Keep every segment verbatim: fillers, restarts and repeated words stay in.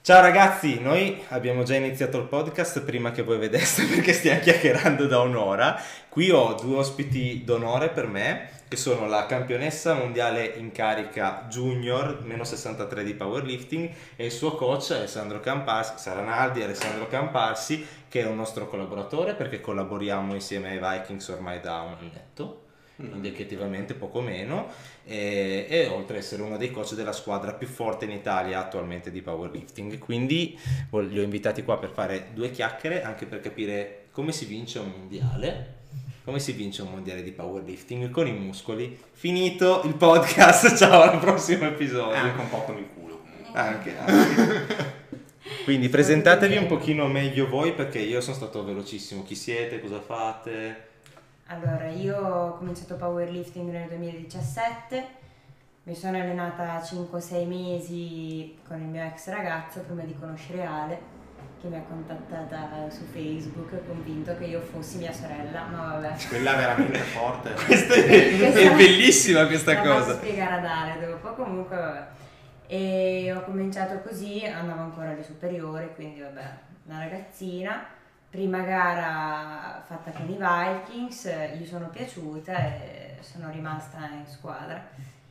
Ciao ragazzi, noi abbiamo già iniziato il podcast prima che voi vedeste perché stiamo chiacchierando da un'ora. Qui ho due ospiti d'onore per me, che sono la campionessa mondiale in carica junior, meno sessantatré di powerlifting, e il suo coach Alessandro Camparsi, Saranaldi Alessandro Camparsi, che è un nostro collaboratore perché collaboriamo insieme ai Vikings ormai da un annetto, indicativamente poco meno, e, e oltre ad essere uno dei coach della squadra più forte in Italia attualmente di powerlifting. Quindi li ho invitati qua per fare due chiacchiere, anche per capire come si vince un mondiale, come si vince un mondiale di powerlifting con i muscoli. Finito il podcast, ciao al prossimo episodio. E anche un po' con il culo. Anche, anche. Quindi presentatevi un pochino meglio voi, perché io sono stato velocissimo. Chi siete, cosa fate? Allora, io ho cominciato powerlifting nel duemiladiciassette, mi sono allenata cinque sei mesi con il mio ex ragazzo prima di conoscere Ale, che mi ha contattata su Facebook, convinto che io fossi mia sorella, ma vabbè. Quella è veramente forte. Questa è, è bellissima questa la cosa. La faccio spiegare ad Ale dopo, comunque vabbè. E ho cominciato così, andavo ancora alle superiori, quindi vabbè, una ragazzina. Prima gara fatta con i Vikings, gli sono piaciuta e sono rimasta in squadra.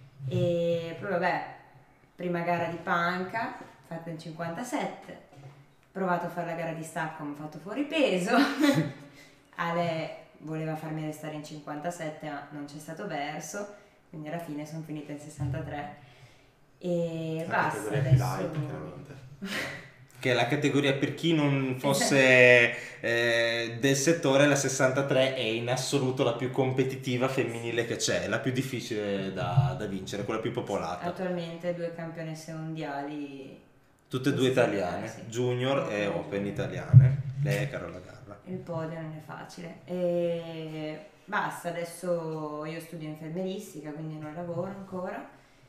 E poi vabbè, prima gara di panca, fatta in cinquantasette, provato a fare la gara di stacco, mi ho fatto fuori peso. Ale voleva farmi restare in cinquantasette, ma non c'è stato verso, quindi alla fine sono finita in sessantatré. E la basta, categoria adesso... light, chiaramente. Che è la categoria, per chi non fosse eh, del settore, la sessantatré è in assoluto la più competitiva femminile che c'è, la più difficile da, da vincere, quella più popolata. Attualmente due campionesse mondiali. Tutte e due italiane, sì. Junior Oh, e oh, Open oh. italiane, lei è Carola Garra. Il podio non è facile. E basta, adesso io studio infermieristica, quindi non lavoro ancora.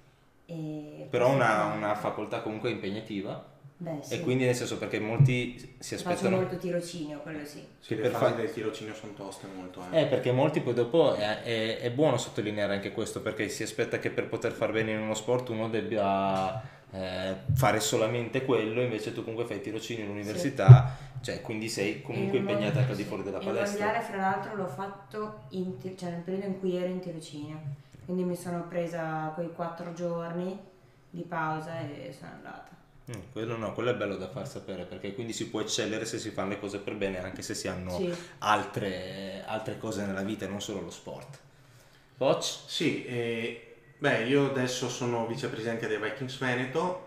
E Però una, poi- una facoltà comunque impegnativa. Beh, sì. E quindi nel senso, perché molti si Faccio aspettano... molto tirocinio, quello sì. Sì, le per fasi fa- del tirocinio sono toste molto. Eh. Eh, perché molti poi dopo è, è, è buono sottolineare anche questo, perché si aspetta che per poter far bene in uno sport uno debba eh, fare solamente quello, invece tu comunque fai tirocinio all'università, sì. Cioè quindi sei comunque Il impegnata anche al di sì. fuori della Il palestra. mondiale, fra l'altro, l'ho fatto in ti- cioè nel periodo in cui ero in tirocinio, quindi mi sono presa quei quattro giorni di pausa e sono andata. Mm, quello no, quello è bello da far sapere, perché quindi si può eccellere se si fanno le cose per bene, anche se si hanno Sì. altre, altre cose nella vita e non solo lo sport. Coach? Sì, eh, beh, io adesso sono vicepresidente dei Vikings Veneto,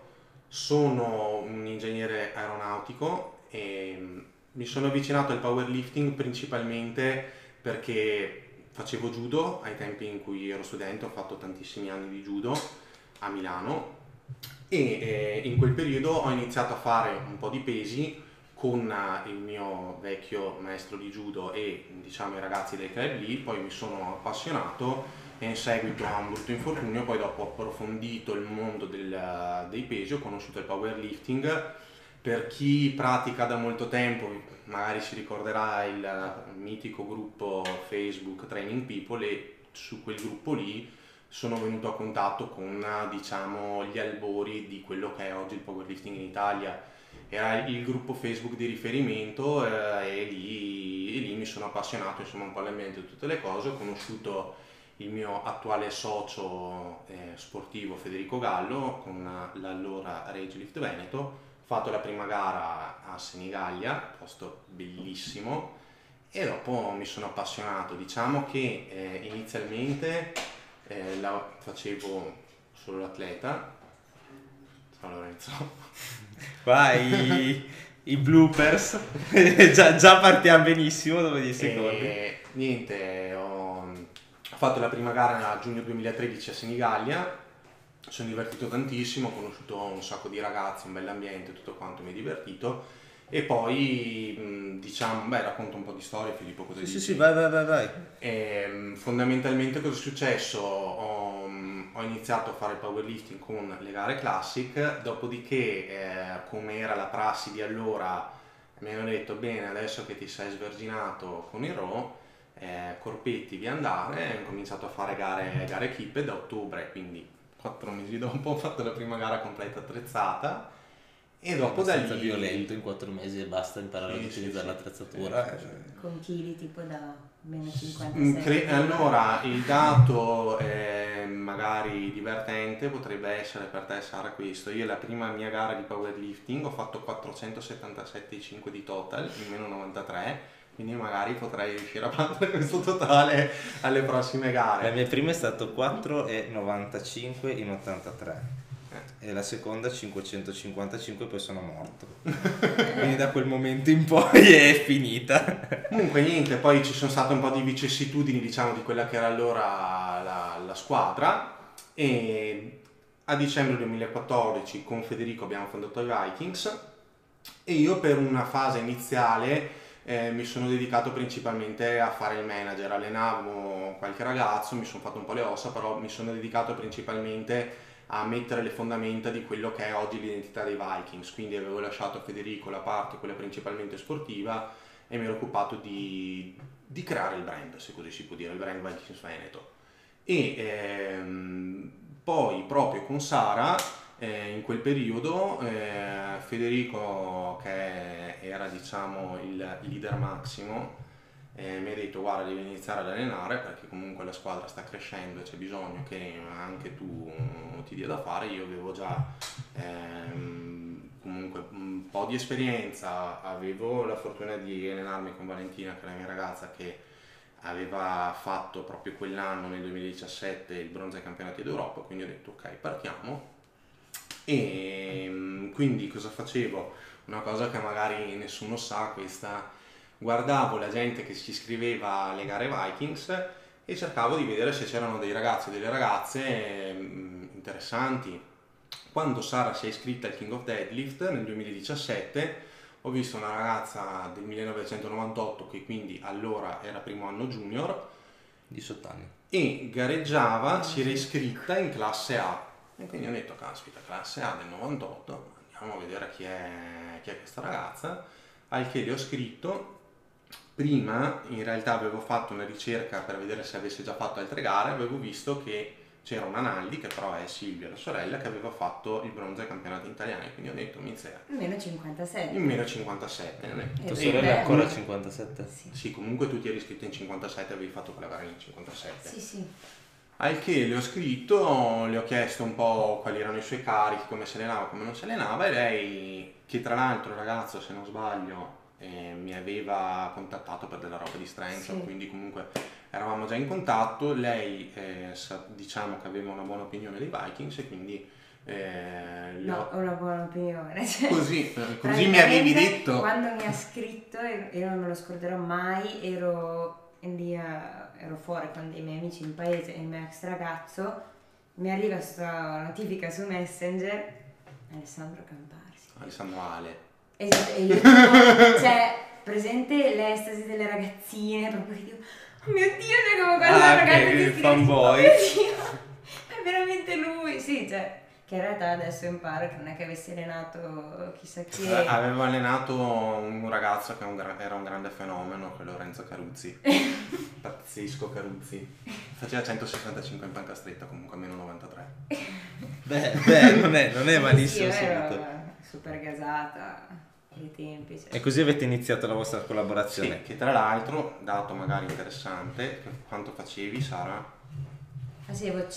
sono un ingegnere aeronautico e mm, mi sono avvicinato al powerlifting principalmente perché facevo judo ai tempi in cui ero studente, ho fatto tantissimi anni di judo a Milano e eh, in quel periodo ho iniziato a fare un po' di pesi con eh, il mio vecchio maestro di judo e diciamo i ragazzi del club lì, poi mi sono appassionato e in seguito a un brutto infortunio poi dopo ho approfondito il mondo del, dei pesi, ho conosciuto il powerlifting. Per chi pratica da molto tempo magari si ricorderà il mitico gruppo Facebook Training People e su quel gruppo lì sono venuto a contatto con diciamo gli albori di quello che è oggi il powerlifting in Italia. Era il gruppo Facebook di riferimento eh, e, lì, e lì mi sono appassionato insomma un po' all'ambiente di tutte le cose, ho conosciuto il mio attuale socio eh, sportivo Federico Gallo con l'allora Rage Lift Veneto, ho fatto la prima gara a Senigallia, posto bellissimo, e dopo mi sono appassionato. Diciamo che eh, inizialmente eh, la facevo solo l'atleta. Ciao Lorenzo. Vai, i bloopers, già, già partiamo benissimo dopo dieci secondi. E, niente, ho, ho fatto la prima gara a giugno duemilatredici a Senigallia, sono divertito tantissimo, ho conosciuto un sacco di ragazzi, un bell'ambiente, tutto quanto, mi è divertito. E poi diciamo, beh, racconto un po' di storia, Filippo, cosa Sì, dici? sì, sì, vai, vai, vai, vai. E, fondamentalmente cosa è successo? Ho, ho iniziato a fare il powerlifting con le gare classic, dopodiché eh, come era la prassi di allora mi hanno detto bene, adesso che ti sei sverginato con il Raw, eh, Corpetti vi andare, ho cominciato a fare gare, gare equipe da ottobre, quindi quattro mesi dopo ho fatto la prima gara completa attrezzata E dopo da abbastanza lì... violento, in quattro mesi e basta imparare Sì, ad sì, utilizzare sì. l'attrezzatura. Sì, sì, sì. Con chili tipo da meno Mm, cinquantasette. cre- allora, il dato eh, magari divertente potrebbe essere per te, Sara, questo. Io la prima mia gara di powerlifting ho fatto quattrocentosettantasette virgola cinque di total in meno novantatré, quindi magari potrei riuscire a battere questo totale alle prossime La gare. mia prima è stato quattro virgola novantacinque in ottantatré e la seconda cinquecentocinquantacinque, poi sono morto. Quindi da quel momento in poi è finita. Comunque niente, poi ci sono state un po' di vicissitudini, diciamo, di quella che era allora la, la squadra, e a dicembre duemilaquattordici con Federico abbiamo fondato i Vikings e io per una fase iniziale eh, mi sono dedicato principalmente a fare il manager. Allenavo qualche ragazzo, mi sono fatto un po' le ossa, però mi sono dedicato principalmente a mettere le fondamenta di quello che è oggi l'identità dei Vikings, quindi avevo lasciato a Federico la parte, quella principalmente sportiva, e mi ero occupato di, di creare il brand, se così si può dire, il brand Vikings Veneto. E ehm, poi proprio con Sara, eh, in quel periodo, eh, Federico, che era diciamo il leader massimo, eh, mi ha detto: guarda, devi iniziare ad allenare perché comunque la squadra sta crescendo e c'è bisogno che anche tu ti dia da fare. Io avevo già ehm, comunque un po' di esperienza, avevo la fortuna di allenarmi con Valentina, che è la mia ragazza, che aveva fatto proprio quell'anno, nel duemiladiciassette, il bronzo ai campionati d'Europa, quindi ho detto ok, partiamo. E quindi cosa facevo? Una cosa che magari nessuno sa, questa: guardavo la gente che si iscriveva alle gare Vikings e cercavo di vedere se c'erano dei ragazzi e delle ragazze mh, interessanti. Quando Sara si è iscritta al King of Deadlift nel duemiladiciassette, ho visto una ragazza del millenovecentonovantotto, che quindi allora era primo anno junior, diciotto anni. e gareggiava, si era iscritta in classe A. E quindi ho detto: caspita, classe A del novantotto, andiamo a vedere chi è, chi è questa ragazza. Al che le ho scritto. Prima in realtà avevo fatto una ricerca per vedere se avesse già fatto altre gare, avevo visto che c'era una Naldi, che però è Silvia, la sorella, che aveva fatto il bronzo ai campionati italiani, quindi ho detto: inizia In meno cinquantasette. in meno cinquantasette. Eh, Tua Eh, sorella beh, è ancora ma- cinquantasette? Sì. Sì, comunque tu ti eri iscritto in cinquantasette, avevi fatto quella gara in cinquantasette. Sì, sì. Al che le ho scritto, le ho chiesto un po' quali erano i suoi carichi, come si allenava, come non si allenava, e lei, che tra l'altro il ragazzo, se non sbaglio, eh, mi aveva contattato per della roba di strength, Sì. quindi comunque eravamo già in contatto. Lei eh, sa- diciamo che aveva una buona opinione dei Vikings, e quindi eh, le No, ho- ho una buona opinione. Cioè, così, eh, così mi avevi praticamente, detto. Quando mi ha scritto, io io non me lo scorderò mai, ero in via, ero fuori con dei miei amici in paese e il mio ex ragazzo, mi arriva questa notifica su Messenger: Alessandro Camparsi. Alessandro Ale. E, e io tipo, cioè, presente l'estasi delle ragazzine, proprio che dico: oh mio Dio, cioè, come quando Ah, la ragazza che ti scrive, fanboy. oh mio Dio, è veramente lui, sì, cioè, che in realtà adesso imparo che non è che avessi allenato chissà chi Eh, è. Avevo allenato un ragazzo che è un gra- era un grande fenomeno, che è Lorenzo Caruzzi. Pazzesco Caruzzi. Faceva centosessantacinque in panca stretta, comunque a meno novantatré. Beh, beh, non è, non è Sì, malissimo sì, io subito. ero super gasata ai tempi, cioè. E così avete iniziato la vostra Sì, collaborazione. che tra l'altro, dato magari interessante, che- quanto facevi, Sara? Facevo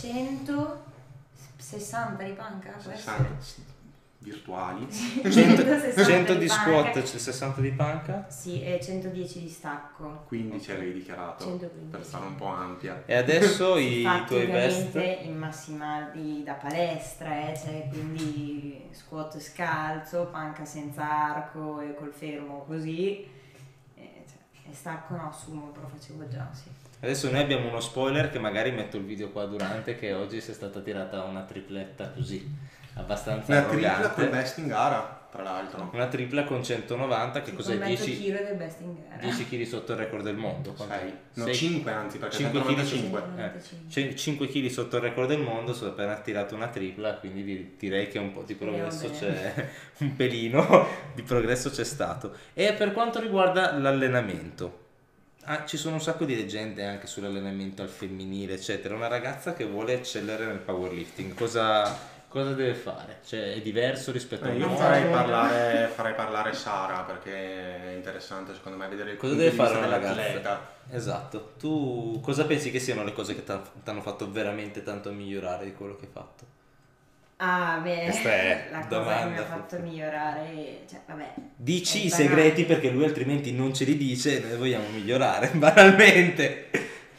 centosessanta di panca, può sessanta essere? virtuali. cento, centosessanta cento di panca. squat, sessanta di panca. Sì, e centodieci di stacco. quindici avevi dichiarato, centoquindici. per stare un po' ampia. E adesso i Infatti, tuoi ovviamente vest. in massimali da palestra, eh, cioè, quindi squat scalzo, panca senza arco e col fermo così. E, cioè, e stacco no, sumo, però facevo già, sì. Adesso noi abbiamo uno spoiler che magari metto il video qua durante, che oggi si è stata tirata una tripletta così, abbastanza Una tripla arrogante. col best in gara, tra l'altro. Una tripla con centonovanta, che Sì, cos'è? con mezzo dieci, chilo del best in gara. dieci chili sotto il record del mondo. sei, no, Sei- cinque anzi, perché cinque chili centonovantacinque. centonovantacinque. cinque chili sotto il record del mondo, sono appena tirato una tripla, quindi di- direi che un po' di Speriamo progresso bene. c'è, un pelino di progresso c'è stato. E per quanto riguarda l'allenamento, ah, ci sono un sacco di leggende anche sull'allenamento al femminile, eccetera. Una ragazza che vuole eccellere nel powerlifting, cosa, Cosa deve fare? Cioè è diverso rispetto Eh, a un io uomo? farei parlare, farei parlare Sara perché è interessante secondo me vedere il Cosa punto deve di fare vista una ragazza? dell'atleta. Esatto. Tu cosa pensi che siano le cose che ti hanno fatto veramente tanto migliorare di quello che hai fatto? Ah, beh, Questa è la cosa che mi domanda, ha fatto forse. migliorare, cioè, vabbè. Dici è i banale. segreti perché lui altrimenti non ce li dice e noi vogliamo migliorare, banalmente.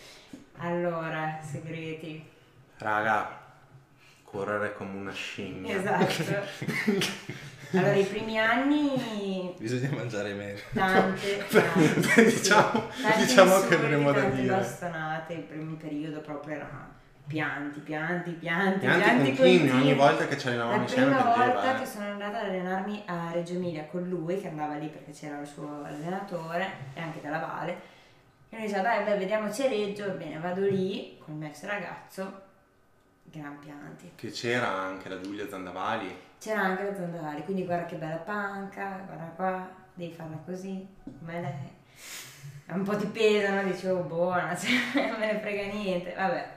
Allora, segreti. Raga, correre come una scimmia. Esatto. Allora, i primi anni Bisogna mangiare meno. tante, tante, Diciamo- tanti diciamo che insulti, avremo da tante dire. bastonate. Il primo periodo proprio era pianti, pianti, pianti, Pianti pianti continui, ogni volta che ci allenavamo La insieme prima piangeva, volta eh. che sono andata ad allenarmi a Reggio Emilia con lui, che andava lì perché c'era il suo allenatore e anche dalla Vale, e lui diceva dai, beh, vediamoci a Reggio. Bene, vado lì con il mio ex ragazzo, gran pianti. Che c'era anche la Giulia Zandavali. C'era anche la Zondali, quindi guarda che bella panca, guarda qua, devi farla così, come lei. È un po' ti pesano, dicevo buona, cioè, non me ne frega niente, vabbè.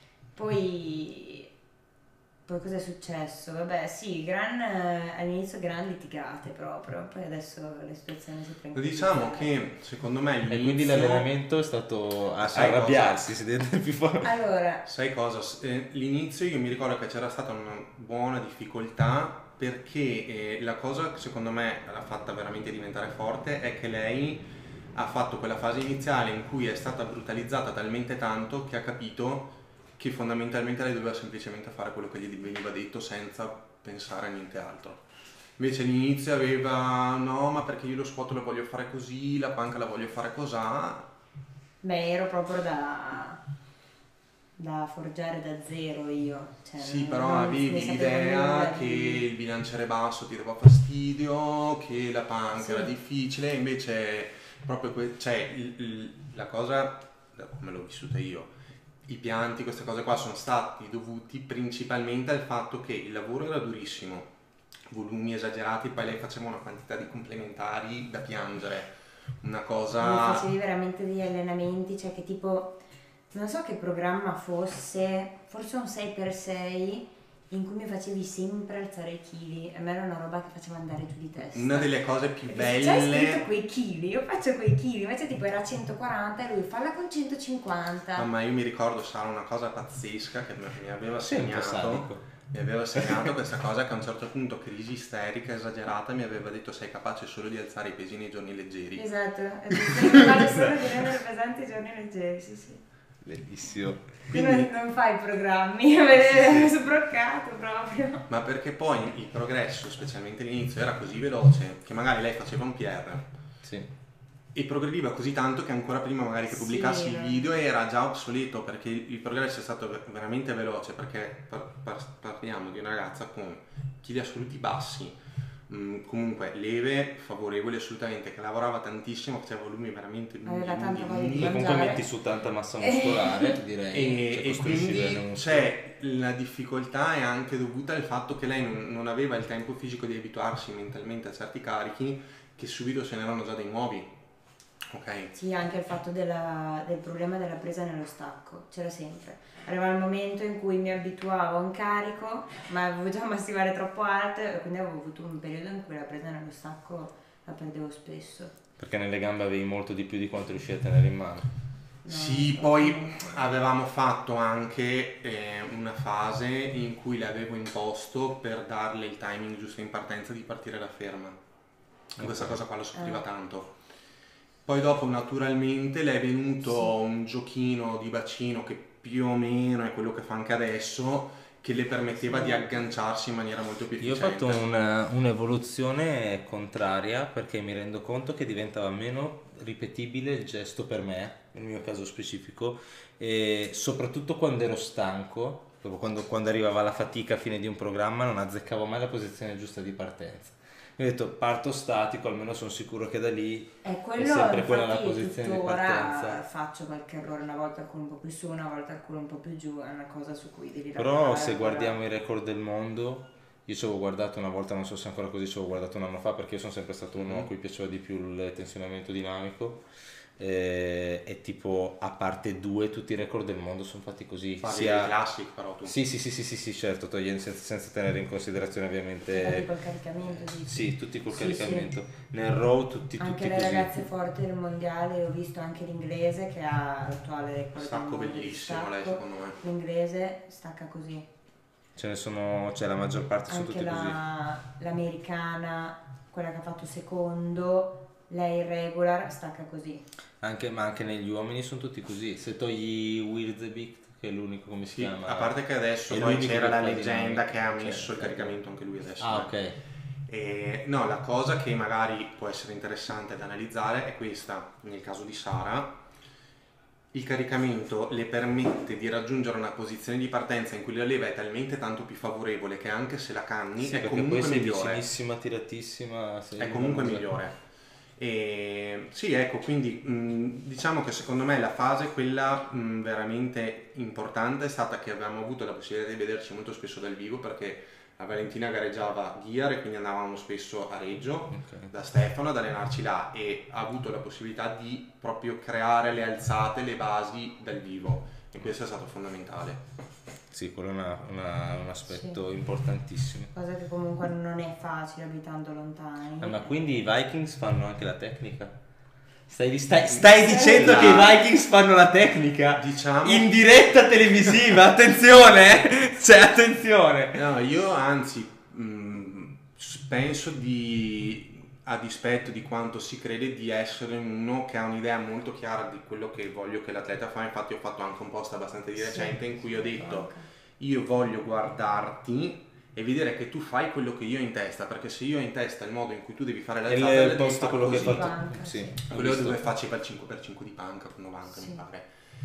Poi, poi cosa è successo? Vabbè, sì, gran, eh, all'inizio gran litigate proprio, poi adesso le situazioni si tranquillizzano. Diciamo che secondo me E l'inizio... quindi l'allenamento è stato a Sai arrabbiarsi, si deve più forte. Allora, Sai cosa? S- eh, L'inizio io mi ricordo che c'era stata una buona difficoltà perché eh, la cosa che secondo me l'ha fatta veramente diventare forte è che lei ha fatto quella fase iniziale in cui è stata brutalizzata talmente tanto che ha capito che fondamentalmente lei doveva semplicemente fare quello che gli veniva detto senza pensare a niente altro. Invece all'inizio aveva no, ma perché io lo squat lo voglio fare così, la panca la voglio fare cosà. beh, ero proprio da, da forgiare da zero io. Cioè, Sì, non- però non ne avevi sapevo l'idea nulla che di- il bilanciere basso ti dava fastidio, che la panca Sì. era difficile, invece proprio que- cioè, il- il- la cosa, da come l'ho vissuta io, i pianti, queste cose qua sono stati dovuti principalmente al fatto che il lavoro era durissimo, volumi esagerati, poi lei faceva una quantità di complementari da piangere, una Mi cosa... facevi veramente degli allenamenti, cioè che tipo, non so che programma fosse, forse un sei per sei in cui mi facevi sempre alzare i chili. A me era una roba che faceva andare giù di testa. Una delle cose più Perché se c'è scritto belle... quei chili, io faccio quei chili, invece tipo era centoquaranta e lui falla con centocinquanta. Mamma, io mi ricordo Sara una cosa pazzesca che mi mi aveva Sempre segnato. sadico. Mi aveva segnato questa cosa che a un certo punto, crisi isterica esagerata, mi aveva detto sei capace solo di alzare i pesi nei giorni leggeri. Esatto, e mi faccio solo di rendere pesanti i giorni leggeri, sì sì. Bellissimo. Tu Quindi- non, non fai programmi, è sbroccato proprio. Ma perché poi il progresso, specialmente all'inizio, era così veloce che magari lei faceva un P R Sì. e progrediva così tanto che ancora prima magari che Sì, pubblicassi il no. video era già obsoleto, perché il il progresso è stato ver- veramente veloce, perché par- par- parliamo di una ragazza con chili assoluti bassi, mh, comunque leve, favorevoli assolutamente, che lavorava tantissimo, faceva volumi veramente lunghi, Aveva tanta lunghi, voglia di lunghi. E comunque mangiare. metti su tanta massa muscolare, direi. E, Cioè, e costruisci bene quindi un muscolo. c'è la difficoltà è anche dovuta al fatto che lei non, non aveva il tempo fisico di abituarsi mentalmente a certi carichi, che subito se ne erano già dei nuovi. Ok? Sì, anche il fatto della- del problema della presa nello stacco, c'era sempre. Arrivava il momento in cui mi abituavo a un carico, ma avevo già un massimale troppo alto e quindi avevo avuto un periodo in cui la presa nello stacco la perdevo spesso. Perché nelle gambe avevi molto di più di quanto riuscivi a tenere in mano. No, Sì, no, poi no. avevamo fatto anche eh, una fase in cui le avevo imposto per darle il timing giusto in partenza di partire da ferma. E questa Ok. cosa qua lo soffriva Eh. tanto. Poi dopo naturalmente le è venuto Sì. un giochino di bacino che più o meno è quello che fa anche adesso, che le permetteva Sì. di agganciarsi in maniera molto più Io ho efficiente. fatto una- un'evoluzione contraria perché mi rendo conto che diventava meno ripetibile il gesto per me, nel mio caso specifico, e soprattutto quando ero stanco, proprio quando, quando arrivava la fatica a fine di un programma, non azzeccavo mai la posizione giusta di partenza. Io ho detto parto statico, almeno sono sicuro che da lì E quello è sempre quella la infatti posizione di tuttora partenza. faccio qualche errore, una volta il culo un po' più su, una volta il culo un po' più giù, è una cosa su cui devi Però lavorare se ancora. guardiamo i record del mondo, io ci avevo guardato una volta, non so se ancora così, ci avevo guardato un anno fa perché io sono sempre stato uno a cui piaceva di più il tensionamento dinamico eh, e tipo a parte due tutti i record del mondo sono fatti così. Parli sia... dei classic però tu. Sì, sì, sì, sì, sì, sì, certo, togliendo senza, senza tenere in considerazione ovviamente... Tutti col caricamento, dici? Sì, tutti col Sì, caricamento. sì. Nel row tutti, Anche tutti le così. ragazze forti del mondiale, ho visto anche l'inglese che ha l'attuale record Stacco del mondo di bellissimo stacco. lei secondo me. L'inglese stacca così. Ce ne sono, cioè la maggior parte sono Anche tutti così. la, l'americana, quella che ha fatto secondo, lei regular, stacca così. Anche, ma anche negli uomini sono tutti così. Se togli Will the Big, che è l'unico, come si Sì, chiama? a parte che adesso È poi l'unico c'era che la fa leggenda dinamica. che ha messo Certo. il caricamento anche lui adesso. Ah, eh. ok. E, no, la cosa che magari può essere interessante da analizzare è questa, nel caso di Sara, il caricamento le permette di raggiungere una posizione di partenza in cui la leva è talmente tanto più favorevole che anche se la canni Sì, è perché comunque poi sei migliore. vicinissima, tiratissima. sei È comunque una- migliore. E, sì, ecco, quindi mh, diciamo che secondo me la fase, quella mh, veramente importante, è stata che avevamo avuto la possibilità di vederci molto spesso dal vivo, perché la Valentina gareggiava Gear e quindi andavamo spesso a Reggio Ok. da Stefano ad allenarci là, e ha avuto la possibilità di proprio creare le alzate, le basi dal vivo, e questo è stato fondamentale. Sì, quello è una- una- un aspetto Sì. importantissimo. Cosa che comunque non è facile abitando lontani. Ah, ma quindi i Vikings fanno anche la tecnica? Stai, stai, stai Sì. dicendo La- che i Vikings fanno la tecnica? Diciamo... In diretta televisiva, attenzione! eh. Cioè, attenzione! No, io anzi mh, penso di, a dispetto di quanto si crede, di essere uno che ha un'idea molto chiara di quello che voglio che l'atleta fa. Infatti ho fatto anche un post abbastanza di recente in cui ho detto: io voglio guardarti e vedere che tu fai quello che io ho in testa, perché se io ho in testa il modo in cui tu devi fare la Il alzata, la devi post fare quello che hai così. fatto. Panca, Sì, sì. ho Quello visto. dove faceva il cinque per cinque di panca con novanta, Sì. mi pare.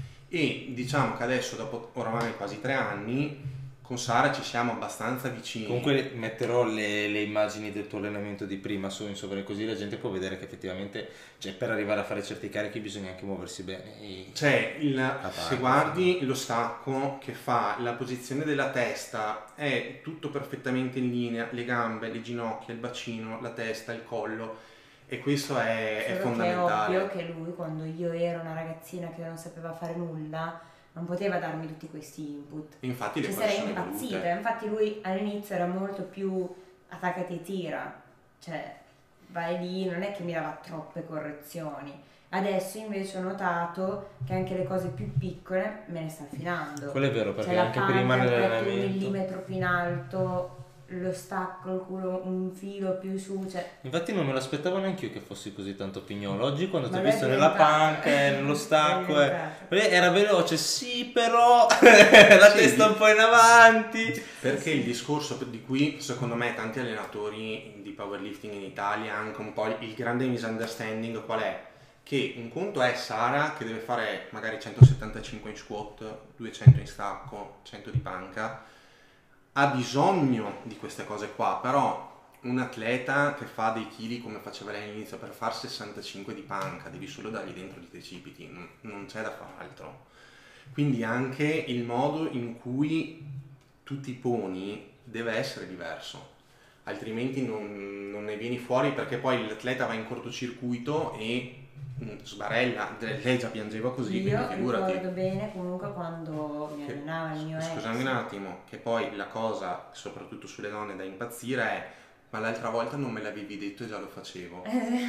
E diciamo che adesso, dopo oramai quasi tre anni, con Sara ci siamo abbastanza vicini. Comunque metterò le, le immagini del tuo allenamento di prima su in sopra, così la gente può vedere che effettivamente, cioè, per arrivare a fare certi carichi bisogna anche muoversi bene. E... Cioè, il- parte, se guardi lo stacco che fa, la posizione della testa, è tutto perfettamente in linea, le gambe, le ginocchia, il bacino, la testa, il collo, e questo è, è Solo fondamentale. che è ovvio che lui, quando io ero una ragazzina che non sapeva fare nulla, non poteva darmi tutti questi input. Infatti le Cioè, cose sarei sono impazzita. evolute. Infatti lui all'inizio era molto più attaccati e tira, cioè vai lì, non è che mi dava troppe correzioni. Adesso invece ho notato che anche le cose più piccole me ne sta affilando. Quello è vero, perché Cioè la anche panca, prima il petto un nell'allenamento... millimetro più in alto, lo stacco, il culo un filo più su, cioè... Infatti non me l'aspettavo neanche io che fossi così tanto pignolo. Oggi quando ti Ma ho lui è visto nella diventato- panca e nello stacco, È eh, diventato. era veloce, sì, però la Sì, testa di- un po' in avanti. Perché il discorso di cui secondo me tanti allenatori di powerlifting in Italia, anche un po' il grande misunderstanding qual è? Che un conto è Sara che deve fare magari centosettantacinque in squat, duecento in stacco, cento di panca, ha bisogno di queste cose qua, però un atleta che fa dei chili come faceva lei all'inizio, per far sessantacinque di panca devi solo dargli dentro i tricipiti, non- non c'è da fare altro. Quindi anche il modo in cui tu ti poni deve essere diverso, altrimenti non, non ne vieni fuori, perché poi l'atleta va in cortocircuito e mm, sbarella. Lei già piangeva così, Io quindi figurati. ricordo bene comunque quando mi Che- allenava il mio ex. Scusami un attimo, che poi la cosa, soprattutto sulle donne da impazzire, è: ma l'altra volta non me l'avevi detto e già lo facevo.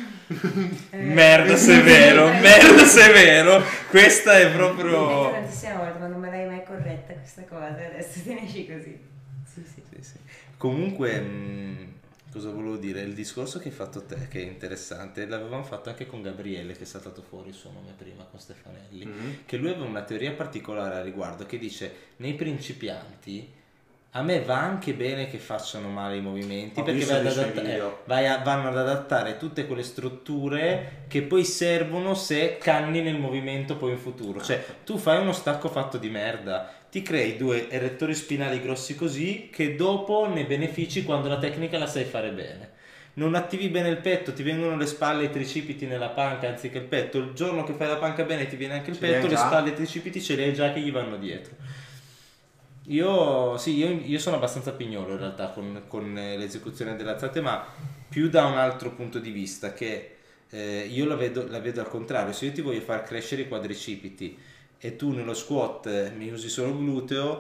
Eh, Merda se è vero, merda se è vero. Questa è Mi hai detto proprio... tantissime volte, ma non me l'hai mai corretta questa cosa, adesso te ne esci così. Sì, sì. Sì, sì. Comunque, mh, cosa volevo dire? Il discorso che hai fatto te, che è interessante, l'avevamo fatto anche con Gabriele, che è saltato fuori il suo nome prima, con Stefanelli, Mhm. che lui aveva una teoria particolare a riguardo, che dice, nei principianti, a me va anche bene che facciano male i movimenti, Ho perché visto vai ad dei suoi adatta- video. eh, vai a- vanno ad adattare tutte quelle strutture che poi servono se canni nel movimento poi in futuro. Cioè, tu fai uno stacco fatto di merda, ti crei due erettori spinali grossi così che dopo ne benefici quando la tecnica la sai fare bene. Non attivi bene il petto, ti vengono le spalle e i tricipiti nella panca anziché il petto. Il giorno che fai la panca bene ti viene anche il Ce li hai petto, le già? spalle e i tricipiti ce li hai già che gli vanno dietro. Io sì, io, io sono abbastanza pignolo in realtà con, con eh, l'esecuzione delle alzate, ma più da un altro punto di vista, che eh, io la vedo, la vedo al contrario. Se io ti voglio far crescere i quadricipiti e tu nello squat eh, mi usi solo il gluteo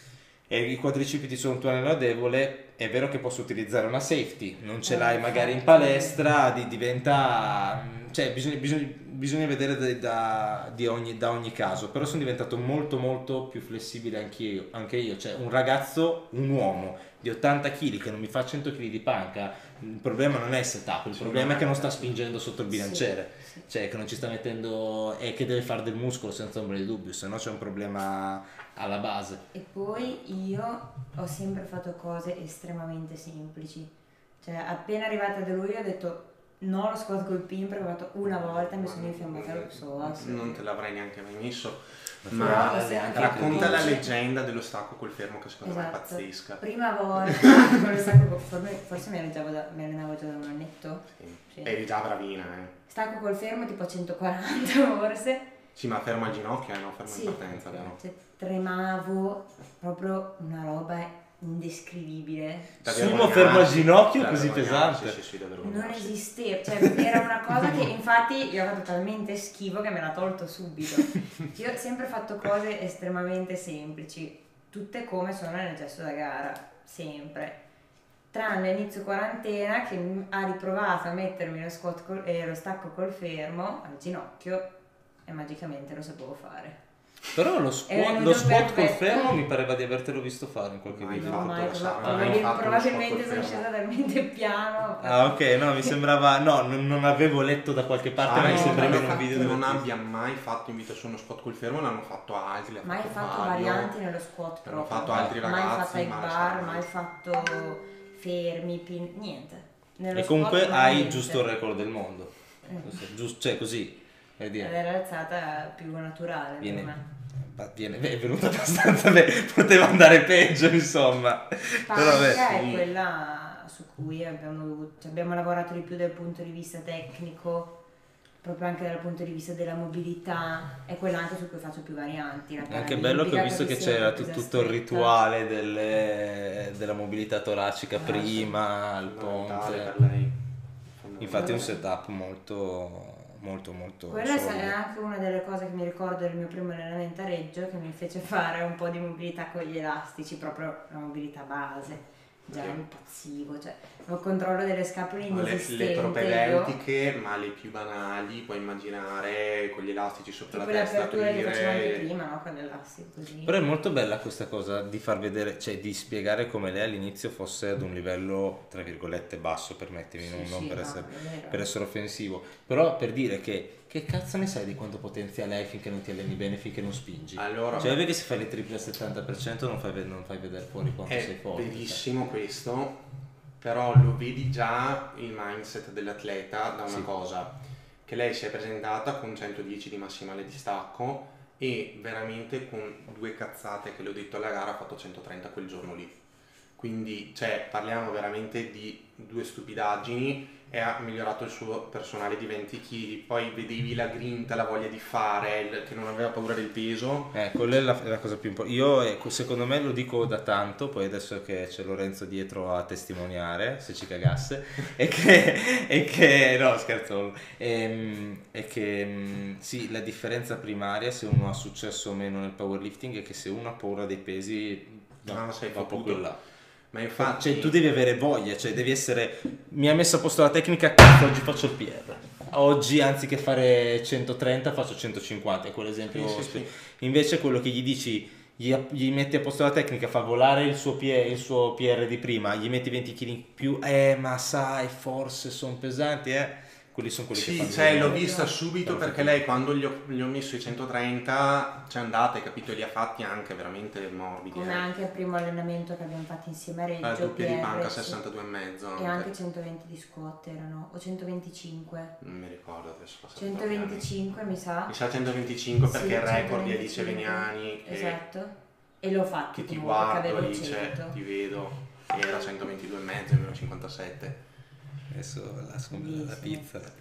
e i quadricipiti sono un tuo anello debole, è vero che posso utilizzare una safety, non ce Eh, l'hai magari in infatti. palestra, di- diventa, cioè bisogna, bisogna, bisogna vedere da, da- di ogni, da ogni caso, però sono diventato molto molto più flessibile anch'io, anche io, cioè un ragazzo, un uomo di ottanta chili che non mi fa cento chili di panca, il problema non è il setup, il Sì, problema ma- è che non sta spingendo sotto il bilanciere, Sì, sì. cioè che non ci sta mettendo, e che deve fare del muscolo senza ombra di dubbio, se no c'è un problema alla base. E poi io ho sempre fatto cose estremamente semplici. Cioè, appena arrivata da lui ho detto no lo squat col pin perché ho fatto una volta e mi sono infiammata lo psoas. Non te l'avrei neanche mai messo. Ma Ma però sempre racconta la fatto- leggenda dello stacco col fermo che secondo me è Esatto. pazzesca. Prima volta con lo stacco col fermo, forse mi allenavo, da, mi allenavo già da un annetto. Sì. Sì. Eri già bravina, eh. Stacco col fermo tipo a centoquaranta forse. Sì, ma fermo al ginocchio, eh, no? Fermo Sì. in partenza, vero? Cioè, tremavo, proprio una roba indescrivibile. Da Sumo vergognarsi, fermo al ginocchio da così vergognarsi, pesante. Sì, sì, da Non vergognarsi. esisteva, cioè era una cosa che infatti io ho fatto talmente schifo che me l'ha tolto subito. Io ho sempre fatto cose estremamente semplici, tutte come sono nel gesto da gara, sempre. Tranne inizio quarantena che m- ha riprovato a mettermi lo, squat col- eh, lo stacco col fermo al ginocchio e magicamente lo sapevo fare. Però lo È squat, venuto lo squat col perfetto. fermo mi pareva di avertelo visto fare in qualche Mai video. fatto, mai, lo sa, proba- mai probabil- fatto lo probabilmente squat col sono fermo. scesa talmente piano. Ah ok, no, mi sembrava, no, non, non avevo letto da qualche parte, ma mi Ah, sembrava no, in un video non dove abbia mai fatto in vita sua uno squat col fermo, l'hanno fatto altri, l'ha Mai fatto fatto Fabio. varianti nello squat L'hanno proprio. fatto altri mai ragazzi, fatto high ma bar, sarà mai mai. fatto fermi, pin, niente. Nello E comunque squat hai niente. giusto il record del mondo. Eh. Giusto- giusto- cioè così, per Ed dire. era l'alzata più naturale Viene, per me. ma viene- è venuta abbastanza bene, poteva andare peggio insomma. Però vabbè. Panca sì. è quella su cui abbiamo, dovuto- cioè abbiamo lavorato di più dal punto di vista tecnico, proprio anche dal punto di vista della mobilità, è quella anche su cui faccio più varianti. La È anche bello che ho paralimpica, visto che così sia c'era una tu- cosa tutto il stretta. rituale delle- della mobilità toracica Ah, prima, al Fondamentale ponte. per lei. Infatti è un setup molto molto molto Quella è solido. anche una delle cose che mi ricordo del mio primo allenamento a Reggio, che mi fece fare un po' di mobilità con gli elastici, proprio la mobilità base. Già Sì. impazzivo, cioè il controllo delle scapole Ma le, inesistente. le io- propedeutiche, ma le più banali, puoi immaginare con gli elastici sopra Tipo la le testa aperture che facevo anche aprire. prima, no? Con l'elastico così. Però è molto bella questa cosa di far vedere, cioè di spiegare come lei all'inizio fosse ad un livello, tra virgolette, basso, permettimi, non, Sì, non sì, per, no, essere, è vero. per essere offensivo, però per dire che che cazzo ne sai di quanto potenziale hai finché non ti alleni bene, finché non spingi? Allora, Cioè vedi che se fai le triple al settanta per cento non fai, ve- non fai vedere fuori quanto sei è forte. verissimo questo, però lo vedi già il mindset dell'atleta da una Sì. cosa, che lei si è presentata con centodieci di massimale di stacco e veramente con due cazzate che le ho detto alla gara ha fatto centotrenta quel giorno lì. Quindi, cioè, parliamo veramente di due stupidaggini e ha migliorato il suo personale di venti chili. Poi vedevi la grinta, la voglia di fare, il- che non aveva paura del peso. Eh, quella è la, è la cosa più importante. Io, ecco, secondo me, lo dico da tanto, poi adesso che c'è Lorenzo dietro a testimoniare, se ci cagasse, e che, e che no, scherzo, ehm, è che mh, sì, la differenza primaria se uno ha successo o meno nel powerlifting è che se uno ha paura dei pesi, no, No, sei va fottuto. proprio là. Ma infatti, Cioè, tu devi avere voglia, cioè devi essere. Mi ha messo a posto la tecnica, cazzo, oggi faccio il P R. Oggi anziché fare centotrenta faccio centocinquanta, è quell'esempio. Sì, sì, sì. Invece quello che gli dici, gli, gli metti a posto la tecnica, fa volare il suo, P- il suo P R di prima, gli metti venti chili in più, eh ma sai, forse sono pesanti, eh. Quelli sono quelli che sì, fanno. cioè, l'ho vedere. vista subito Fanno perché fatica. lei quando gli ho, gli ho messo i centotrenta c'è andata, hai capito, li ha fatti anche veramente morbidi. Come eh. anche il primo allenamento che abbiamo fatto insieme a Reggio. La doppia di P R, panca sì. sessantadue e mezzo. E anche centoventi di squat erano, o centoventicinque. Non mi ricordo adesso. passati troppi anni. centoventicinque mi sa. Mi sa centoventicinque perché Sì, il record di Alice centoventicinque. Veniani che, Esatto. E l'ho fatto che ti comunque, che guardo avevo Alice, cento. ti vedo, era centoventidue e mezzo, io ero cinquantasette. Adesso la, Bellissimo. la pizza, la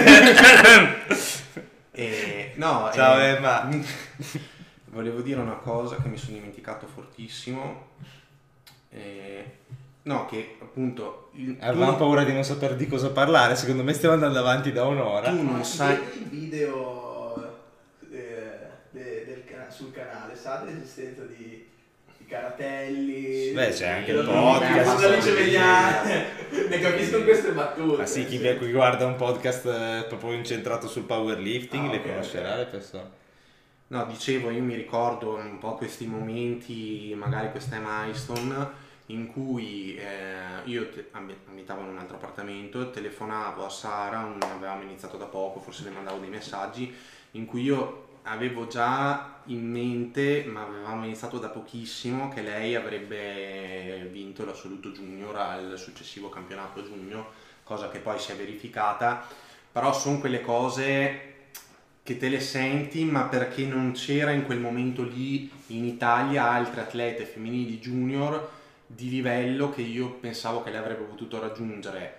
pizza. E, no, Ciao e- Emma. Volevo dire una cosa che mi sono dimenticato fortissimo. E, No, che appunto... il- Avevamo tu, paura di non sapere di cosa parlare, secondo me stiamo andando avanti da un'ora. tu non Ma sai... vedi il video eh, de- del cana- sul canale, sa dell'esistenza di, di caratelli? Beh, c'è anche di- il podcast. di- Alice Mediane. Ne capisco queste battute. Ma sì, chi, sì. chi guarda un podcast eh, proprio incentrato sul powerlifting Ah, le ok, conoscerà ok. le persone. No, dicevo, io mi ricordo un po' questi momenti, magari queste milestone, in cui eh, io te- abi- abitavo in un altro appartamento, telefonavo a Sara, un- avevamo iniziato da poco, forse le mandavo dei messaggi, in cui io avevo già in mente, ma avevamo iniziato da pochissimo, che lei avrebbe vinto l'assoluto junior al successivo campionato junior, cosa che poi si è verificata, però sono quelle cose che te le senti, ma perché non c'era in quel momento lì in Italia altre atlete femminili junior di livello che io pensavo che lei avrebbe potuto raggiungere.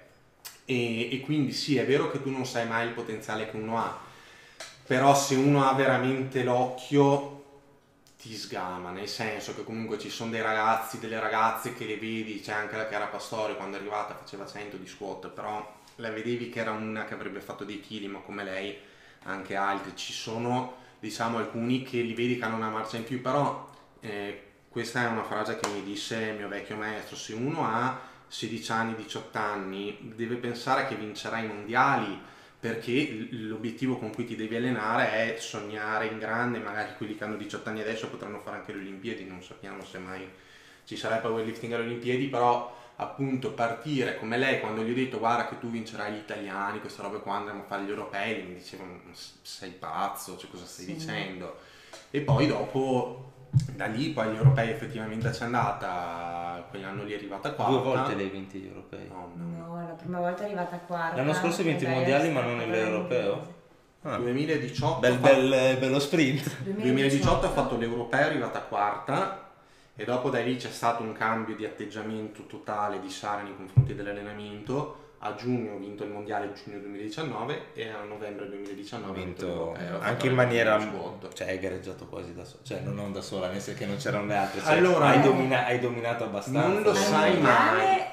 E, e quindi sì, è vero che tu non sai mai il potenziale che uno ha, però se uno ha veramente l'occhio ti sgama, nel senso che comunque ci sono dei ragazzi, delle ragazze che le vedi, c'è anche la Chiara Pastori quando è arrivata faceva cento di squat, però la vedevi che era una che avrebbe fatto dei chili, ma come lei anche altri, ci sono diciamo alcuni che li vedi che hanno una marcia in più, però eh, questa è una frase che mi disse il mio vecchio maestro: se uno ha sedici anni, diciotto anni deve pensare che vincerà i mondiali, perché l'obiettivo con cui ti devi allenare è sognare in grande. Magari quelli che hanno diciotto anni adesso potranno fare anche le Olimpiadi, non sappiamo se mai ci sarà il powerlifting alle Olimpiadi, però appunto partire come lei, quando gli ho detto guarda che tu vincerai gli italiani, queste robe qua, andremo a fare gli europei, mi dicevano sei pazzo, cioè cosa stai Sì. dicendo? E poi dopo da lì poi agli europei effettivamente c'è andata, quell'anno lì è arrivata quarta. Due volte le hai vinti gli europei. No, no. No, la prima volta è arrivata quarta. L'anno scorso hai vinto i e lei mondiali, è ma stata non quella l'europeo? inglese. Ah. duemiladiciotto Bel, ha fatto- bel, bello sprint. duemiladiciotto ha fatto l'europeo, è arrivata quarta, e dopo da lì c'è stato un cambio di atteggiamento totale di Sara nei confronti dell'allenamento. A giugno ho vinto il mondiale giugno duemiladiciannove e a novembre Ha duemiladiciannove ho vinto vinto l'europeo. Ho anche fatto in la maniera, squat. cioè hai gareggiato quasi da sola, cioè non, non da sola, nel senso che non c'erano le altre, cioè, Allora- hai, domina- hai dominato abbastanza. Non lo Al sai mondiale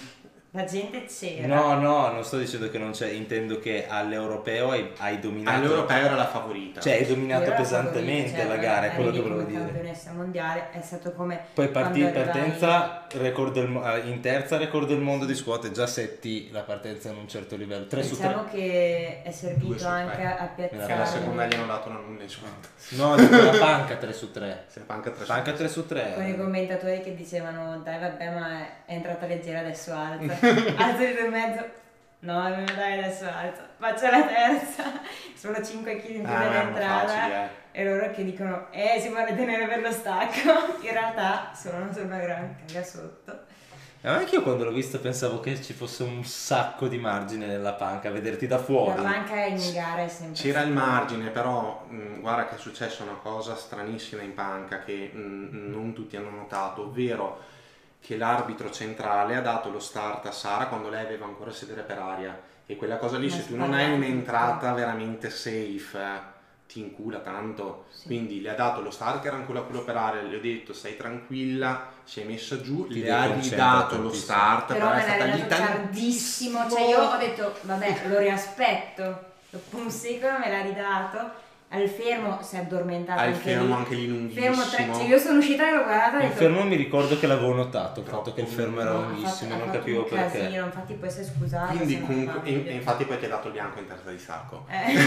la gente c'era. No, no, non sto dicendo che non c'è, intendo che all'europeo hai, hai dominato. All'europeo era la favorita. Cioè hai dominato Io ero pesantemente favorita, la cioè, gara, è quello che arrivi volevo come dire. campionessa mondiale è stato come Poi parti, quando arrivai- partenza, record del, mo- eh, in terza record del mondo di squat, e già setti la partenza in un certo livello, tre su Diciamo tre. che è Due servito su anche tre. a Perché la piazzare. seconda gli hanno dato una nulla in squat. No, dico la panca tre su tre. Se panca tre su Panca tre. tre su tre. Con i commentatori che dicevano dai vabbè ma è è entrata leggera adesso alza alza di due e mezzo, no dai adesso alza, faccio la terza, sono cinque chili in più Ah, non erano dell'entrata facili, eh. e loro che dicono eh si vuole tenere per lo stacco, in realtà sono solo una gran caga sotto. E anche io quando l'ho visto pensavo che ci fosse un sacco di margine nella panca, a vederti da fuori. La banca in gara è sempre C'era il stata- margine, però mh, guarda che è successa una cosa stranissima in panca che mh, non tutti hanno notato, ovvero che l'arbitro centrale ha dato lo start a Sara quando lei aveva ancora sedere per aria, e quella cosa lì, Ma se tu non hai sbagliato. un'entrata veramente safe, eh, ti incula tanto. Sì. Quindi le ha dato lo start che era ancora quello per aria, le ho detto stai tranquilla, si è messa giù, Ti le ha deconcentra ridato lo tantissimo. start, Però però è me l'ha stata lì dato tardissimo, cioè io ho detto vabbè lo riaspetto, dopo un secolo me l'ha ridato, al fermo si è addormentato al anche fermo lì. anche lì Fermo lunghissimo. tre, cioè io sono uscita e l'ho guardata e ho Il detto fermo mi ricordo che l'avevo notato, il fatto Troppo che il fermo era no, ha lunghissimo, fatto- non ha fatto capivo un perché. casino, infatti poi si è scusato. Quindi se non comunque, fa. e, e infatti poi ti ha dato il bianco in terza di sacco.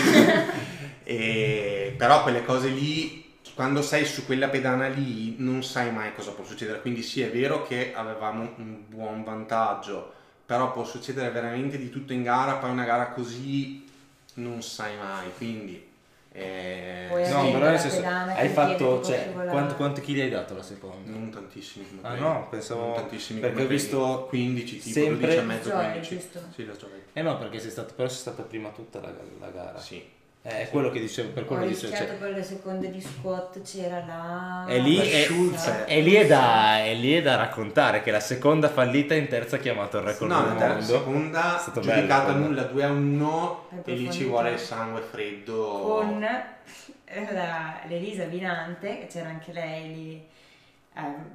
Eh. E, però quelle cose lì, quando sei su quella pedana lì, non sai mai cosa può succedere. Quindi sì, è vero che avevamo un buon vantaggio, però può succedere veramente di tutto in gara, poi una gara così non sai mai. Quindi eh, Poi No, Sì, però nel la senso, pedana che hai ti fatto, chiede cioè, tipo scivolare. quanti, quanti chili hai dato la seconda? non tantissimi come Ah, quelli. no, pensavo- Non tantissimi perché come ho visto quelli. quindici, tipo sempre- dodici e mezzo, Gioia, quindici. giusto? Sì, la gioia. Eh no, perché sei stato, però sei stata prima tutta la, la gara. Sì. Eh, è quello che dicevo, per Ho quello dicevo, rischiato cioè, con le seconde di squat, c'era la... E lì la è- Schulze. e lì è da, e lì è da raccontare che la seconda fallita in terza ha chiamato il record No, del la terza, mondo. seconda È stato giudicata bello, nulla due a uno Per e lì ci profondità. vuole il sangue freddo. Con la- l'Elisa Vinante, che c'era anche lei lì, ehm,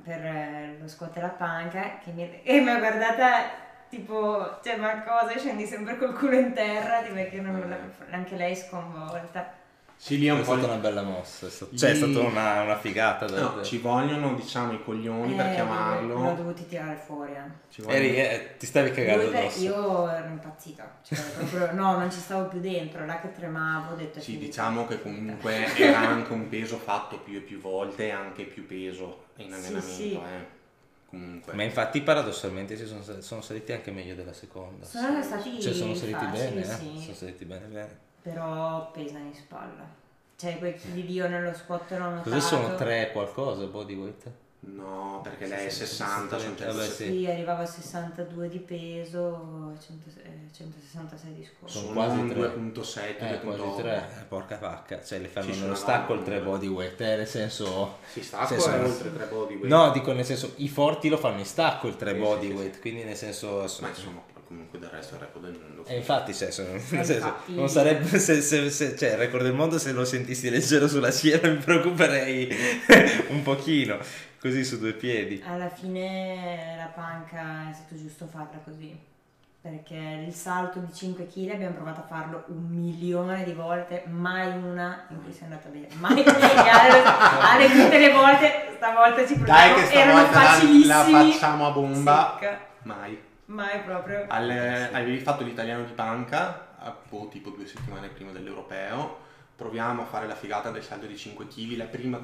per eh, lo squat e la panca che mi, e mi ha guardata tipo, cioè ma cosa, scendi sempre col culo in terra, di perché non la, anche lei sconvolta. Sì, lì è un È po' stata una bella mossa, è stato- cioè è stata una, una figata. Da, No, ci vogliono, diciamo, i coglioni per Eh, chiamarlo. l'ho dovuti tirare fuori. eh. Ci vogliono- Eri, eh, ti stavi cagando Lui per- addosso. io ero impazzita, cioè, proprio, no, non ci stavo più dentro, là che tremavo, ho detto... è Sì, finita. diciamo che comunque era anche un peso fatto più e più volte e anche più peso in Sì, allenamento, sì. eh. Comunque. Ma infatti paradossalmente si sono, sono saliti anche meglio della seconda. Sono stati Cioè sono saliti facili, bene, eh? sì. Sono saliti bene bene. Però pesano in spalla. Cioè quei chili di io nello squat l'ho notato. Cosa sono tre qualcosa bodyweight? No, perché lei è Sì, sì, sessanta, sì, sono sì, vabbè, centosessanta. sì. Sì, arrivavo a sessantadue di peso, cento eh, centosessantasei di squat. Sono Sono quasi un tre. due virgola sette, Eh, due virgola quasi otto. tre, eh, porca vacca, cioè le fanno Sì, nello sì, stacco no, il tre no. bodyweight, eh, nel senso... Si stacco Sì, sono- è oltre tre bodyweight. No, dico nel senso, i forti lo fanno in stacco il tre Sì, sì, bodyweight, sì, quindi nel senso... Ma insomma, comunque del resto è il record del mondo. E infatti, cioè, sono- nel senso, infatti- non sarebbe se, se- se- cioè, il record del mondo se lo sentissi leggero sulla schiena mi preoccuperei un pochino, così su due piedi. Alla fine la panca è stato giusto farla così. Perché il salto di cinque chili abbiamo provato a farlo un milione di volte, mai una in cui sia andata bene. Mai alle tutte le volte, stavolta ci Dai proviamo, che erano stavolta la, facilissimi. la facciamo a bomba. Secca. Mai. Mai proprio. Al- avevi fatto l'italiano di panca, a- boh, tipo due settimane prima dell'europeo. Proviamo a fare la figata del salto di cinque chili. La prima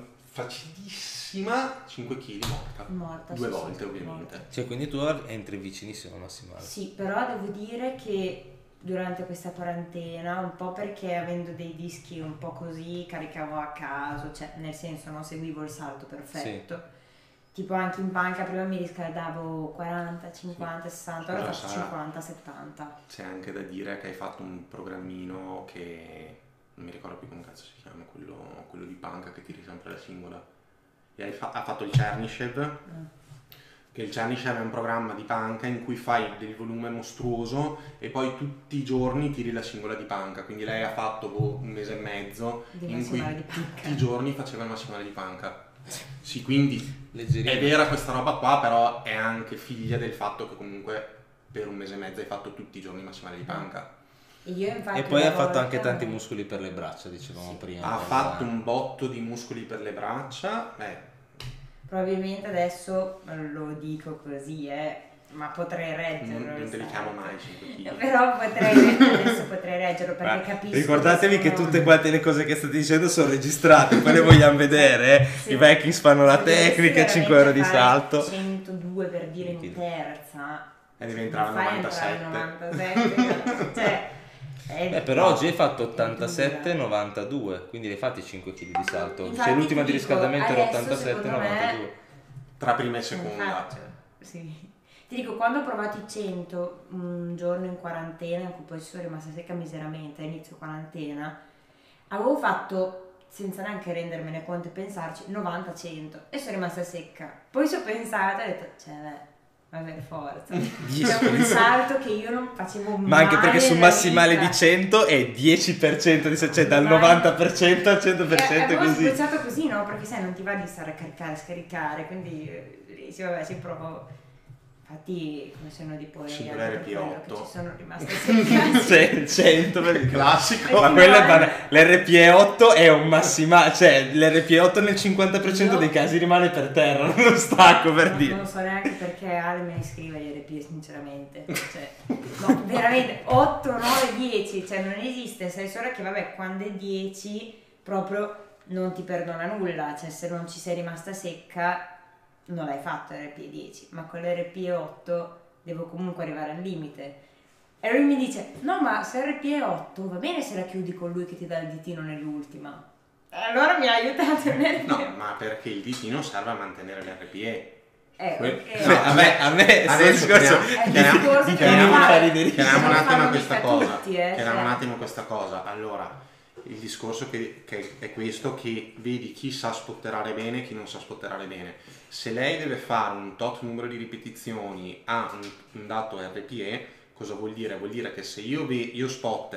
facilissima, cinque chili morta. Morta. Due sì, volte, sì, ovviamente. morta. Cioè, quindi tu entri vicinissimo al massimale. Sì, però devo dire che durante questa quarantena, un po' perché avendo dei dischi un po' così, caricavo a caso, cioè nel senso non seguivo il salto perfetto. Tipo anche in panca prima mi riscaldavo quaranta, cinquanta, sessanta, ora Scusa, faccio Sara. cinquanta, settanta. C'è anche da dire che hai fatto un programmino che non mi ricordo più come cazzo si chiama, quello, quello di panca che tiri sempre la singola. E hai fa- ha fatto il Chernishev, Mm. che il Chernishev è un programma di panca in cui fai del volume mostruoso e poi tutti i giorni tiri la singola di panca. Quindi lei ha fatto boh, un mese e mezzo Di in cui massimale di panca. tutti i giorni faceva il massimale di panca. Sì, quindi Leggerino. è vera questa roba qua, però è anche figlia del fatto che comunque per un mese e mezzo hai fatto tutti i giorni il massimale di panca. E, io infatti E poi una ha fatto volta- anche tanti muscoli per le braccia, dicevamo Sì. prima. Ha per- fatto un botto di muscoli per le braccia, eh, Probabilmente adesso lo dico così, eh, ma potrei reggerlo. non, non il te li chiamo salto. mai cinque chili. Però potrei, adesso potrei reggerlo perché Ma capisco. ricordatevi che sono- tutte quante le cose che state dicendo sono registrate, poi le vogliamo vedere. eh. Sì. I Vikings fanno la Se dovessi tecnica, cinque euro di veramente fare salto. centodue per dire in Chili. terza. E deve entrare mi fai al novantasette. entrare al novantasette, cioè, è- Beh, però oggi hai fatto è ottantasette dura. novantadue, quindi hai fatti cinque chili di salto. Infatti Cioè l'ultima ti di dico, riscaldamento era adesso, ottantasette secondo me, novantadue. Tra prima e seconda. Infatti, sì. Ti dico, quando ho provato i cento un giorno in quarantena, in cui poi ci sono rimasta secca miseramente a inizio quarantena, avevo fatto, senza neanche rendermene conto e pensarci, novanta cento e sono rimasta secca. Poi ci ho pensato e ho detto, cioè, beh, ma per forza. È un salto che io non facevo mai. Ma anche perché sul nella massimale vita. di cento è dieci per cento, di, cioè dal Ma- novanta per cento al cento per Eh, cento avevo così. sbocciato così, no? Perché sai, non ti va di stare a caricare, scaricare, quindi eh, dici, vabbè, ci provo. Infatti, come sono di poi Sì, anche quella per R P quello otto. che ci sono rimaste secca. Cioè, cento per il Classico. Ma quello è bana- l'R P E otto è un massimale, cioè l'R P E otto nel cinquanta per cento Io- dei casi rimane per terra, non lo stacco per No, dire. non so neanche perché Ale me ne scrive gli R P, sinceramente. Cioè, no, veramente otto, nove, dieci, cioè non esiste, sai solo che vabbè, quando è dieci proprio non ti perdona nulla, cioè se non ci sei rimasta secca non l'hai fatto l'R P dieci, ma con l'R P otto devo comunque arrivare al limite. E lui mi dice, no ma se R P otto va bene se la chiudi con lui che ti dà il ditino nell'ultima. E allora mi ha aiutato l'R P. No, ma perché il ditino serve a mantenere l'R P E. Eh, Que- ok. Beh, a me, a me Adesso sto discorso chiariamo- È il chiariamo- discorso che chiariamo- non fa- chiariamo chiariamo un non attimo fanno questa mica cosa. tutti, eh, Chiariamo un cioè. attimo questa cosa. Allora, il discorso che, che è questo, che vedi chi sa spotterare bene e chi non sa spotterare bene. Se lei deve fare un tot numero di ripetizioni a un, un dato R P E, cosa vuol dire? Vuol dire che se io, ve- io spotter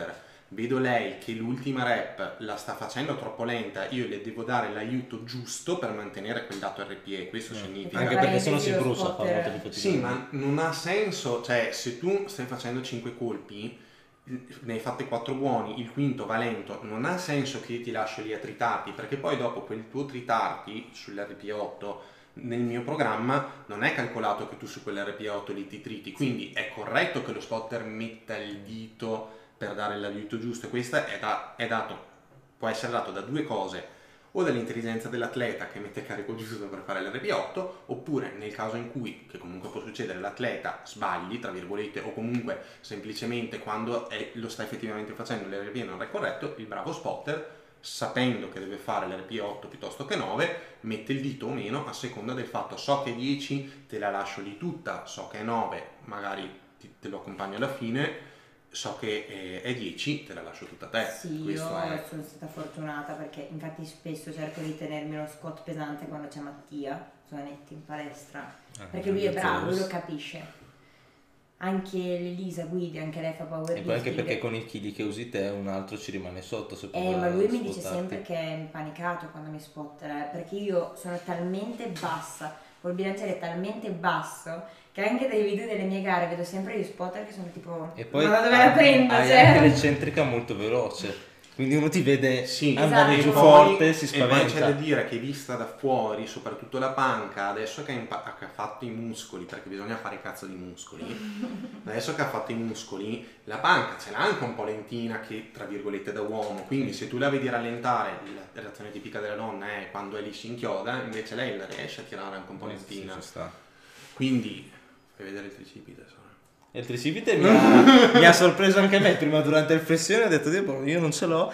vedo lei che l'ultima rep la sta facendo troppo lenta, io le devo dare l'aiuto giusto per mantenere quel dato R P E, questo Mm. significa... Anche perché sennò si brucia, fa molto di fatica. Sì, ma non ha senso, cioè se tu stai facendo cinque colpi, ne hai fatte quattro buoni, il quinto va lento, non ha senso che io ti lascio lì a tritarti, perché poi dopo quel tuo tritarti sull'R P E otto nel mio programma non è calcolato che tu su quell'R P E otto lì ti triti, quindi è corretto che lo spotter metta il dito per dare l'aiuto giusto, e questo è, da, è dato, può essere dato da due cose, o dall'intelligenza dell'atleta che mette il carico giusto per fare l'R P E otto, oppure nel caso in cui, che comunque può succedere, l'atleta sbagli, tra virgolette, o comunque semplicemente quando è, lo sta effettivamente facendo l'R P E non è corretto, il bravo spotter, sapendo che deve fare l'R P E otto piuttosto che nove, mette il dito o meno a seconda del fatto, so che è dieci, te la lascio lì tutta, so che è nove, magari ti, te lo accompagno alla fine, so che è dieci, te la lascio tutta a te. Sì, Questo io è... sono stata fortunata perché infatti spesso cerco di tenermi lo squat pesante quando c'è Mattia Zonetti in palestra, Ah, perché lui è bravo, lui Zeus. lo capisce. Anche Elisa Guidi, anche lei fa E powerlifting. poi anche perché con i chili che usi te un altro ci rimane sotto. Se Eh, ma lui mi dice spottarti. sempre che è impanicato quando mi spottera, eh, perché io sono talmente bassa, col bilanciere talmente basso, che anche dai video delle mie gare vedo sempre gli spotter che sono tipo, E poi ma da dove la prendo? hai Cioè? anche l'eccentrica molto veloce, quindi uno ti vede Sì, andare esatto. giù e poi- forte, si E poi c'è da spaventa. dire che vista da fuori, soprattutto la panca, adesso che ha, impa- che ha fatto i muscoli, perché bisogna fare cazzo di muscoli, adesso che ha fatto i muscoli, la panca ce l'ha anche un po' lentina che, tra virgolette, da uomo, quindi se tu la vedi rallentare, la reazione tipica della donna è quando è lì si inchioda, invece lei la riesce a tirare anche un po' lentina. Sì, ci sta. Quindi, fai vedere il tricipite, so. E il tricipite mi ha, mi ha sorpreso anche me prima durante il flessione, ho detto "Dio, io non ce l'ho".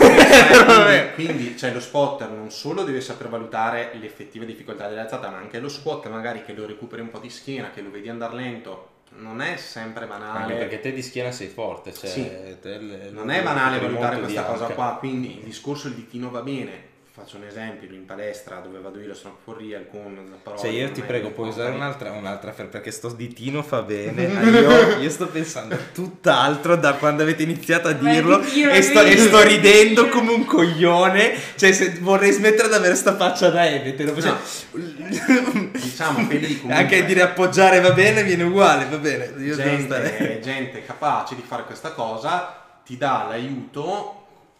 quindi, quindi cioè, lo spotter non solo deve saper valutare l'effettiva difficoltà dell'alzata, ma anche lo squat magari che lo recuperi un po' di schiena, che lo vedi andare lento, non è sempre banale. Anche perché te di schiena sei forte, cioè Sì. te le- Non è banale molto valutare di questa cosa anca. qua, quindi il discorso il ditino va bene. Faccio un esempio, in palestra dove vado io, lo strong for real con la parola. Cioè io non ti è- prego, puoi usare non è- un'altra, un'altra fer- perché sto ditino fa bene. Ah, io, io sto pensando a tutt'altro da quando avete iniziato a Ma dirlo ditino, e sto, e ditino. sto ridendo come un coglione. Cioè se vorrei smettere di avere sta faccia da ebete. No. Diciamo che lì comunque Anche dire appoggiare va bene, viene uguale, va bene. Io devo gente, stare. gente capace di fare questa cosa ti dà l'aiuto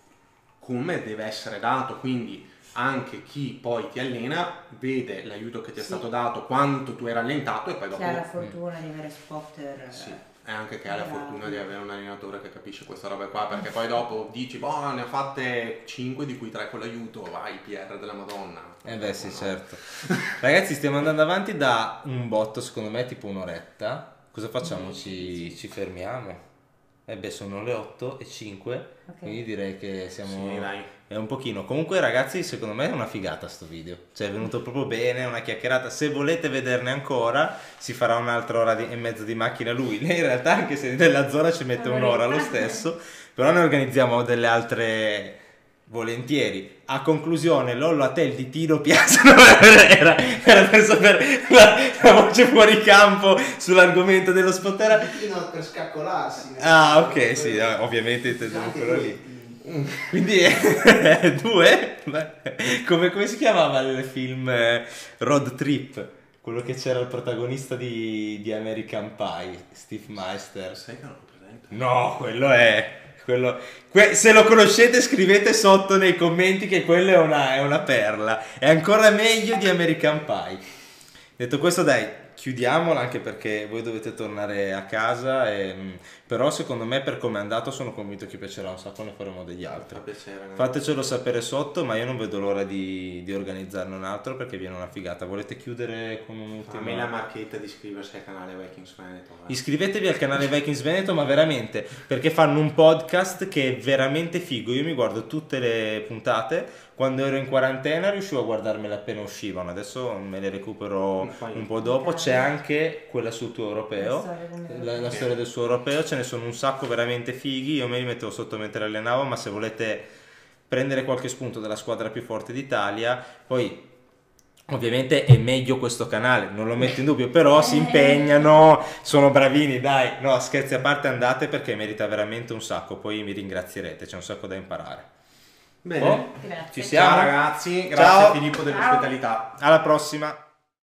come deve essere dato, quindi anche chi poi ti allena vede l'aiuto che ti è Sì. stato dato, quanto tu hai rallentato e poi dopo Chi ha la fortuna di avere spotter. sì, è anche che ha la Bravo. fortuna di avere un allenatore che capisce questa roba qua, perché poi dopo dici boh ne ha fatte cinque di cui tre con l'aiuto, vai P R della Madonna. Eh beh sì, No. certo. Ragazzi, stiamo andando avanti da un botto, secondo me tipo un'oretta. Cosa facciamo? Ci, ci fermiamo? Eh beh, sono le otto e cinque, Ok. quindi direi che siamo... Sì, dai. È un pochino. Comunque ragazzi, secondo me è una figata sto video. Cioè è venuto proprio bene, una chiacchierata. Se volete vederne ancora, si farà un'altra ora di- e mezzo di macchina lui. Lei in realtà anche se nella zona ci mette un'ora lo stesso, però ne organizziamo delle altre volentieri. A conclusione, Lollo, a te il ditino piace? No, era, era per sapere la, la voce fuori campo sull'argomento dello spottera. Fino per scaccolarsi. Ah, ok, sì, eh, ovviamente intendevo Anche quello lui. lì. Quindi eh, due? Come, come si chiamava il film eh, Road Trip? Quello che c'era il protagonista di, di American Pie, Steve Meister. Sai che non lo presente? No, quello è... Quello, que- se lo conoscete scrivete sotto nei commenti che quello è una, è una perla. È ancora meglio di American Pie. Detto questo, dai, chiudiamola anche perché voi dovete tornare a casa. E, mh, però secondo me per come è andato sono convinto che piacerà un sacco, ne faremo degli altri. Fa piacere. no? Fatecelo sapere sotto, ma io non vedo l'ora di, di organizzarne un altro perché viene una figata. Volete chiudere con un'ultima? Fammi la marchetta di iscriversi al canale Vikings Veneto. eh. Iscrivetevi al canale Vikings Veneto, ma veramente, perché fanno un podcast che è veramente figo. Io mi guardo tutte le puntate. Quando ero in quarantena riuscivo a guardarmele appena uscivano, adesso me le recupero Fai un po' dopo. C'è anche quella sul tuo La europeo, storia del mio la, la europeo. storia del suo europeo, ce ne sono un sacco veramente fighi. Io me li mettevo sotto mentre allenavo, ma se volete prendere qualche spunto della squadra più forte d'Italia, poi Ovviamente è meglio questo canale, non lo metto in dubbio, però si impegnano, sono bravini, dai. No, scherzi a parte, andate perché merita veramente un sacco, poi mi ringrazierete, c'è un sacco da imparare. Bene, Oh, Grazie. ci siamo? ciao ragazzi, grazie Ciao. a Filippo Ciao. dell'ospitalità. Alla prossima.